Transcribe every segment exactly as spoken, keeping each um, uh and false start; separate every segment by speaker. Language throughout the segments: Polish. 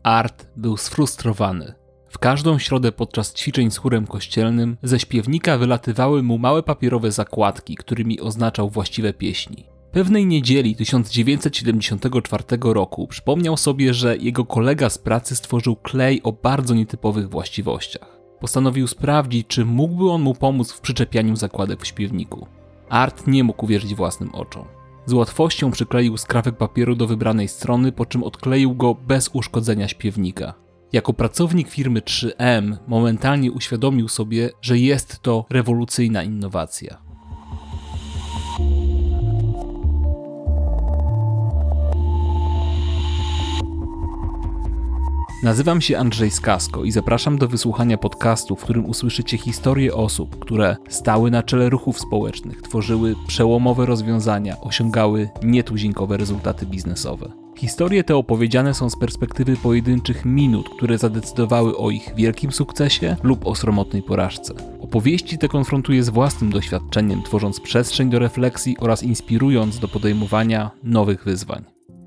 Speaker 1: Art był sfrustrowany. W każdą środę podczas ćwiczeń z chórem kościelnym ze śpiewnika wylatywały mu małe papierowe zakładki, którymi oznaczał właściwe pieśni. Pewnej niedzieli tysiąc dziewięćset siedemdziesiątego czwartego roku przypomniał sobie, że jego kolega z pracy stworzył klej o bardzo nietypowych właściwościach. Postanowił sprawdzić, czy mógłby on mu pomóc w przyczepianiu zakładek w śpiewniku. Art nie mógł uwierzyć własnym oczom. Z łatwością przykleił skrawek papieru do wybranej strony, po czym odkleił go bez uszkodzenia śpiewnika. Jako pracownik firmy trzy M momentalnie uświadomił sobie, że jest to rewolucyjna innowacja. Nazywam się Andrzej Skasko i zapraszam do wysłuchania podcastu, w którym usłyszycie historie osób, które stały na czele ruchów społecznych, tworzyły przełomowe rozwiązania, osiągały nietuzinkowe rezultaty biznesowe. Historie te opowiedziane są z perspektywy pojedynczych minut, które zadecydowały o ich wielkim sukcesie lub o sromotnej porażce. Opowieści te konfrontuję z własnym doświadczeniem, tworząc przestrzeń do refleksji oraz inspirując do podejmowania nowych wyzwań.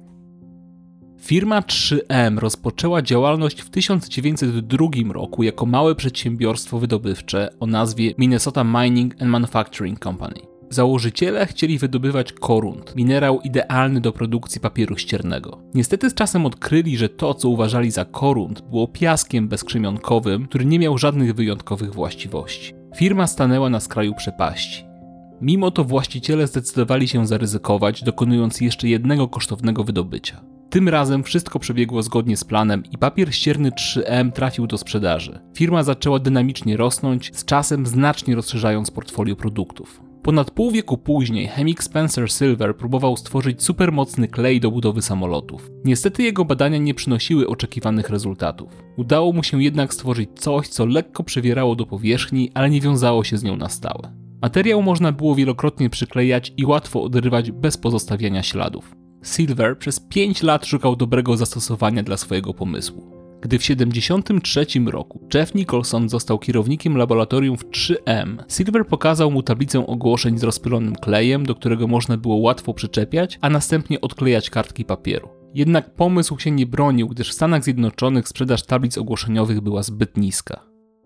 Speaker 1: Firma trzy M rozpoczęła działalność w tysiąc dziewięćset drugim roku jako małe przedsiębiorstwo wydobywcze o nazwie Minnesota Mining and Manufacturing Company. Założyciele chcieli wydobywać korunt, minerał idealny do produkcji papieru ściernego. Niestety z czasem odkryli, że to, co uważali za korunt, było piaskiem bezkrzemionkowym, który nie miał żadnych wyjątkowych właściwości. Firma stanęła na skraju przepaści. Mimo to właściciele zdecydowali się zaryzykować, dokonując jeszcze jednego kosztownego wydobycia. Tym razem wszystko przebiegło zgodnie z planem i papier ścierny trzy M trafił do sprzedaży. Firma zaczęła dynamicznie rosnąć, z czasem znacznie rozszerzając portfolio produktów. Ponad pół wieku później chemik Spencer Silver próbował stworzyć supermocny klej do budowy samolotów. Niestety jego badania nie przynosiły oczekiwanych rezultatów. Udało mu się jednak stworzyć coś, co lekko przywierało do powierzchni, ale nie wiązało się z nią na stałe. Materiał można było wielokrotnie przyklejać i łatwo odrywać bez pozostawiania śladów. Silver przez pięć lat szukał dobrego zastosowania dla swojego pomysłu. Gdy w siedemdziesiątym trzecim roku Jeff Nicholson został kierownikiem laboratorium w trzy M, Silver pokazał mu tablicę ogłoszeń z rozpylonym klejem, do którego można było łatwo przyczepiać, a następnie odklejać kartki papieru. Jednak pomysł się nie bronił, gdyż w Stanach Zjednoczonych sprzedaż tablic ogłoszeniowych była zbyt niska.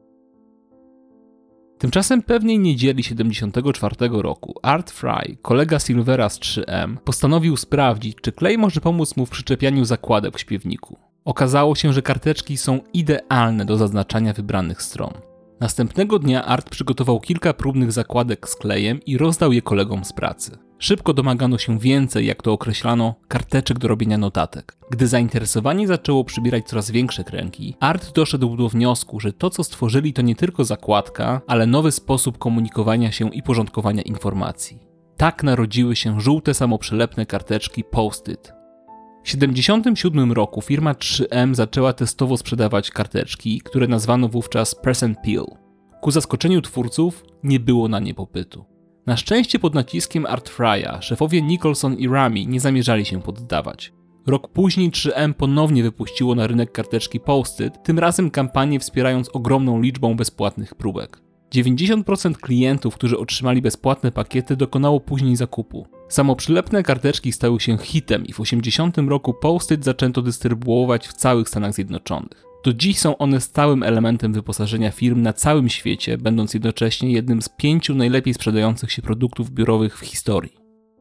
Speaker 1: Tymczasem pewnej niedzieli siedemdziesiątego czwartego roku Art Fry, kolega Silvera z trzy M, postanowił sprawdzić, czy klej może pomóc mu w przyczepianiu zakładek w śpiewniku. Okazało się, że karteczki są idealne do zaznaczania wybranych stron. Następnego dnia Art przygotował kilka próbnych zakładek z klejem i rozdał je kolegom z pracy. Szybko domagano się więcej, jak to określano, karteczek do robienia notatek. Gdy zainteresowanie zaczęło przybierać coraz większe kręgi, Art doszedł do wniosku, że to, co stworzyli, to nie tylko zakładka, ale nowy sposób komunikowania się i porządkowania informacji. Tak narodziły się żółte samoprzylepne karteczki Post-it. W siedemdziesiątym siódmym roku firma trzy M zaczęła testowo sprzedawać karteczki, które nazwano wówczas Press and Peel. Ku zaskoczeniu twórców nie było na nie popytu. Na szczęście pod naciskiem Art Fry'a szefowie Nicholson i Rami nie zamierzali się poddawać. Rok później trzy M ponownie wypuściło na rynek karteczki Post-it, tym razem kampanię wspierając ogromną liczbą bezpłatnych próbek. dziewięćdziesiąt procent klientów, którzy otrzymali bezpłatne pakiety, dokonało później zakupu. Samoprzylepne karteczki stały się hitem i w osiemdziesiątym roku Post-it zaczęto dystrybuować w całych Stanach Zjednoczonych. Do dziś są one stałym elementem wyposażenia firm na całym świecie, będąc jednocześnie jednym z pięciu najlepiej sprzedających się produktów biurowych w historii.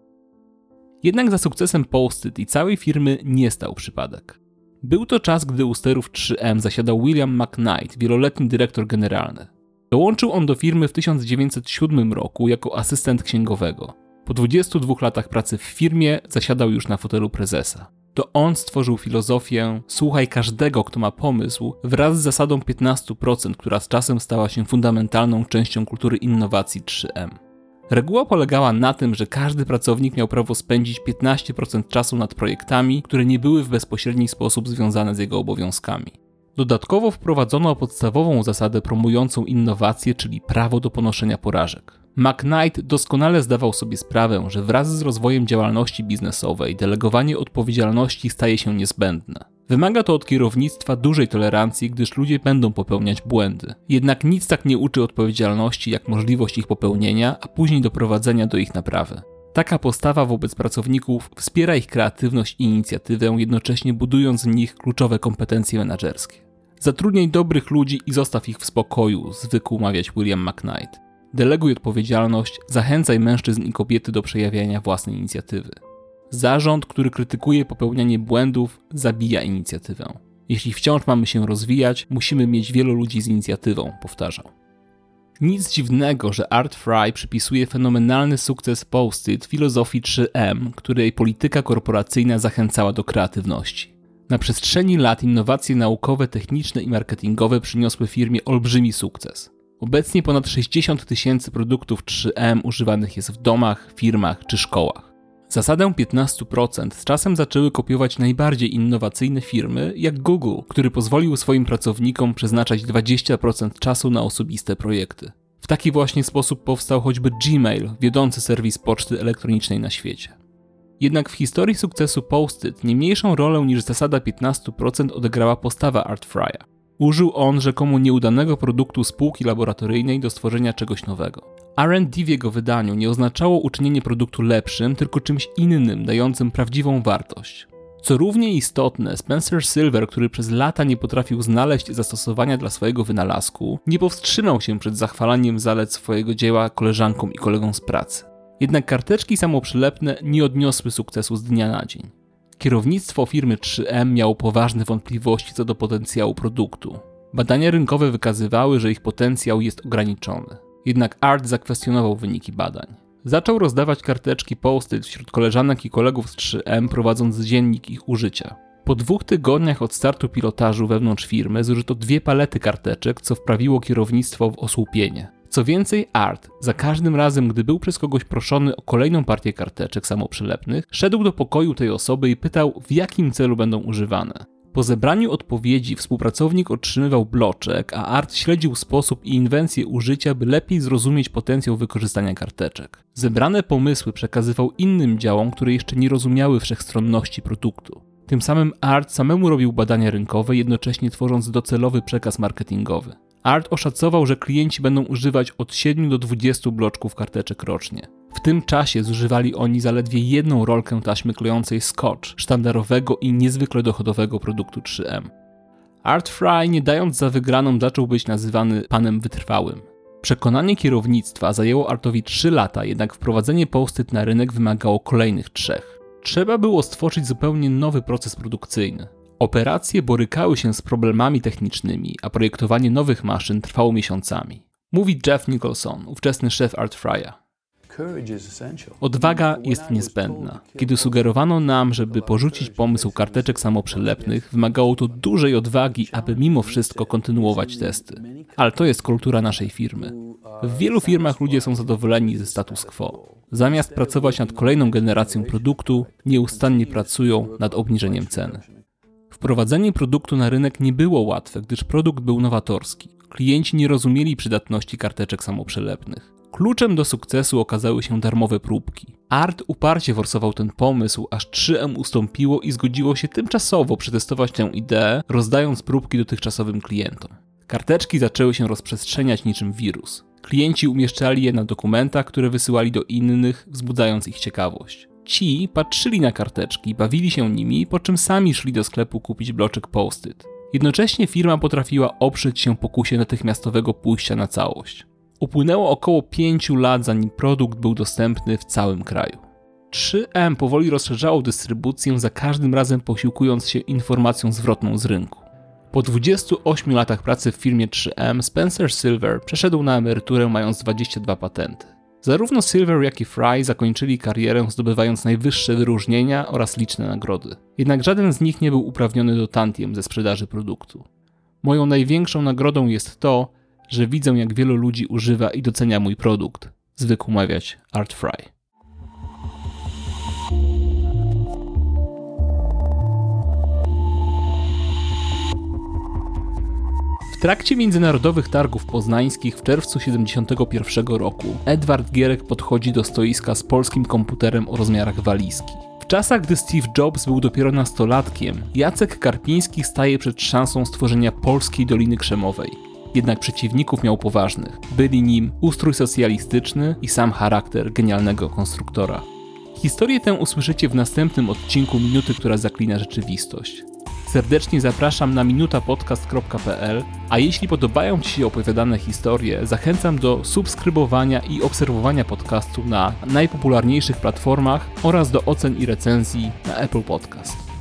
Speaker 1: Jednak za sukcesem Post-it i całej firmy nie stał przypadek. Był to czas, gdy u sterów trzy M zasiadał William McKnight, wieloletni dyrektor generalny. Dołączył on do firmy w tysiąc dziewięćset siódmym roku jako asystent księgowego. Po dwudziestu dwóch latach pracy w firmie zasiadał już na fotelu prezesa. To on stworzył filozofię "słuchaj każdego, kto ma pomysł" wraz z zasadą piętnastu procent, która z czasem stała się fundamentalną częścią kultury innowacji trzy M. Reguła polegała na tym, że każdy pracownik miał prawo spędzić piętnaście procent czasu nad projektami, które nie były w bezpośredni sposób związane z jego obowiązkami. Dodatkowo wprowadzono podstawową zasadę promującą innowacje, czyli prawo do ponoszenia porażek. McKnight doskonale zdawał sobie sprawę, że wraz z rozwojem działalności biznesowej delegowanie odpowiedzialności staje się niezbędne. Wymaga to od kierownictwa dużej tolerancji, gdyż ludzie będą popełniać błędy. Jednak nic tak nie uczy odpowiedzialności jak możliwość ich popełnienia, a później doprowadzenia do ich naprawy. Taka postawa wobec pracowników wspiera ich kreatywność i inicjatywę, jednocześnie budując w nich kluczowe kompetencje menedżerskie. Zatrudniaj dobrych ludzi i zostaw ich w spokoju, zwykł mawiać William McKnight. Deleguj odpowiedzialność, zachęcaj mężczyzn i kobiety do przejawiania własnej inicjatywy. Zarząd, który krytykuje popełnianie błędów, zabija inicjatywę. Jeśli wciąż mamy się rozwijać, musimy mieć wielu ludzi z inicjatywą, powtarzał. Nic dziwnego, że Art Fry przypisuje fenomenalny sukces Post-it filozofii trzy M, której polityka korporacyjna zachęcała do kreatywności. Na przestrzeni lat innowacje naukowe, techniczne i marketingowe przyniosły firmie olbrzymi sukces. Obecnie ponad sześćdziesiąt tysięcy produktów trzy M używanych jest w domach, firmach czy szkołach. Zasadę piętnaście procent z czasem zaczęły kopiować najbardziej innowacyjne firmy jak Google, który pozwolił swoim pracownikom przeznaczać dwadzieścia procent czasu na osobiste projekty. W taki właśnie sposób powstał choćby Gmail, wiodący serwis poczty elektronicznej na świecie. Jednak w historii sukcesu Post-it nie mniejszą rolę niż zasada piętnaście procent odegrała postawa Art Fry'a. Użył on rzekomo nieudanego produktu spółki laboratoryjnej do stworzenia czegoś nowego. R and D w jego wydaniu nie oznaczało uczynienie produktu lepszym, tylko czymś innym, dającym prawdziwą wartość. Co równie istotne, Spencer Silver, który przez lata nie potrafił znaleźć zastosowania dla swojego wynalazku, nie powstrzymał się przed zachwalaniem zalet swojego dzieła koleżankom i kolegom z pracy. Jednak karteczki samoprzylepne nie odniosły sukcesu z dnia na dzień. Kierownictwo firmy trzy M miało poważne wątpliwości co do potencjału produktu. Badania rynkowe wykazywały, że ich potencjał jest ograniczony. Jednak Art zakwestionował wyniki badań. Zaczął rozdawać karteczki Post-it wśród koleżanek i kolegów z trzy M, prowadząc dziennik ich użycia. Po dwóch tygodniach od startu pilotażu wewnątrz firmy zużyto dwie palety karteczek, co wprawiło kierownictwo w osłupienie. Co więcej, Art, za każdym razem, gdy był przez kogoś proszony o kolejną partię karteczek samoprzylepnych, szedł do pokoju tej osoby i pytał, w jakim celu będą używane. Po zebraniu odpowiedzi współpracownik otrzymywał bloczek, a Art śledził sposób i inwencję użycia, by lepiej zrozumieć potencjał wykorzystania karteczek. Zebrane pomysły przekazywał innym działom, które jeszcze nie rozumiały wszechstronności produktu. Tym samym Art samemu robił badania rynkowe, jednocześnie tworząc docelowy przekaz marketingowy. Art oszacował, że klienci będą używać od siedmiu do dwudziestu bloczków karteczek rocznie. W tym czasie zużywali oni zaledwie jedną rolkę taśmy klejącej Scotch, sztandarowego i niezwykle dochodowego produktu trzy M. Art Fry, nie dając za wygraną, zaczął być nazywany panem wytrwałym. Przekonanie kierownictwa zajęło Artowi trzy lata, jednak wprowadzenie Post-it na rynek wymagało kolejnych trzech. Trzeba było stworzyć zupełnie nowy proces produkcyjny. Operacje borykały się z problemami technicznymi, a projektowanie nowych maszyn trwało miesiącami. Mówi Jeff Nicholson, ówczesny szef Art Fry'a. Odwaga jest niezbędna. Kiedy sugerowano nam, żeby porzucić pomysł karteczek samoprzylepnych, wymagało to dużej odwagi, aby mimo wszystko kontynuować testy. Ale to jest kultura naszej firmy. W wielu firmach ludzie są zadowoleni ze status quo. Zamiast pracować nad kolejną generacją produktu, nieustannie pracują nad obniżeniem ceny. Wprowadzenie produktu na rynek nie było łatwe, gdyż produkt był nowatorski. Klienci nie rozumieli przydatności karteczek samoprzylepnych. Kluczem do sukcesu okazały się darmowe próbki. Art uparcie forsował ten pomysł, aż trzy M ustąpiło i zgodziło się tymczasowo przetestować tę ideę, rozdając próbki dotychczasowym klientom. Karteczki zaczęły się rozprzestrzeniać niczym wirus. Klienci umieszczali je na dokumentach, które wysyłali do innych, wzbudzając ich ciekawość. Ci patrzyli na karteczki, bawili się nimi, po czym sami szli do sklepu kupić bloczek Post-it. Jednocześnie firma potrafiła oprzeć się pokusie natychmiastowego pójścia na całość. Upłynęło około pięciu lat, zanim produkt był dostępny w całym kraju. trzy M powoli rozszerzało dystrybucję, za każdym razem posiłkując się informacją zwrotną z rynku. Po dwudziestu ośmiu latach pracy w firmie trzy M Spencer Silver przeszedł na emeryturę, mając dwadzieścia dwa patenty. Zarówno Silver, jak i Fry zakończyli karierę, zdobywając najwyższe wyróżnienia oraz liczne nagrody. Jednak żaden z nich nie był uprawniony do tantiem ze sprzedaży produktu. Moją największą nagrodą jest to, że widzę, jak wielu ludzi używa i docenia mój produkt, zwykł mawiać Art Fry. W trakcie międzynarodowych targów poznańskich w czerwcu siedemdziesiątego pierwszego roku Edward Gierek podchodzi do stoiska z polskim komputerem o rozmiarach walizki. W czasach, gdy Steve Jobs był dopiero nastolatkiem, Jacek Karpiński staje przed szansą stworzenia polskiej Doliny Krzemowej. Jednak przeciwników miał poważnych. Byli nim ustrój socjalistyczny i sam charakter genialnego konstruktora. Historię tę usłyszycie w następnym odcinku Minuty, która zaklina rzeczywistość. Serdecznie zapraszam na minutapodcast kropka p l, a jeśli podobają Ci się opowiadane historie, zachęcam do subskrybowania i obserwowania podcastu na najpopularniejszych platformach oraz do ocen i recenzji na Apple Podcast.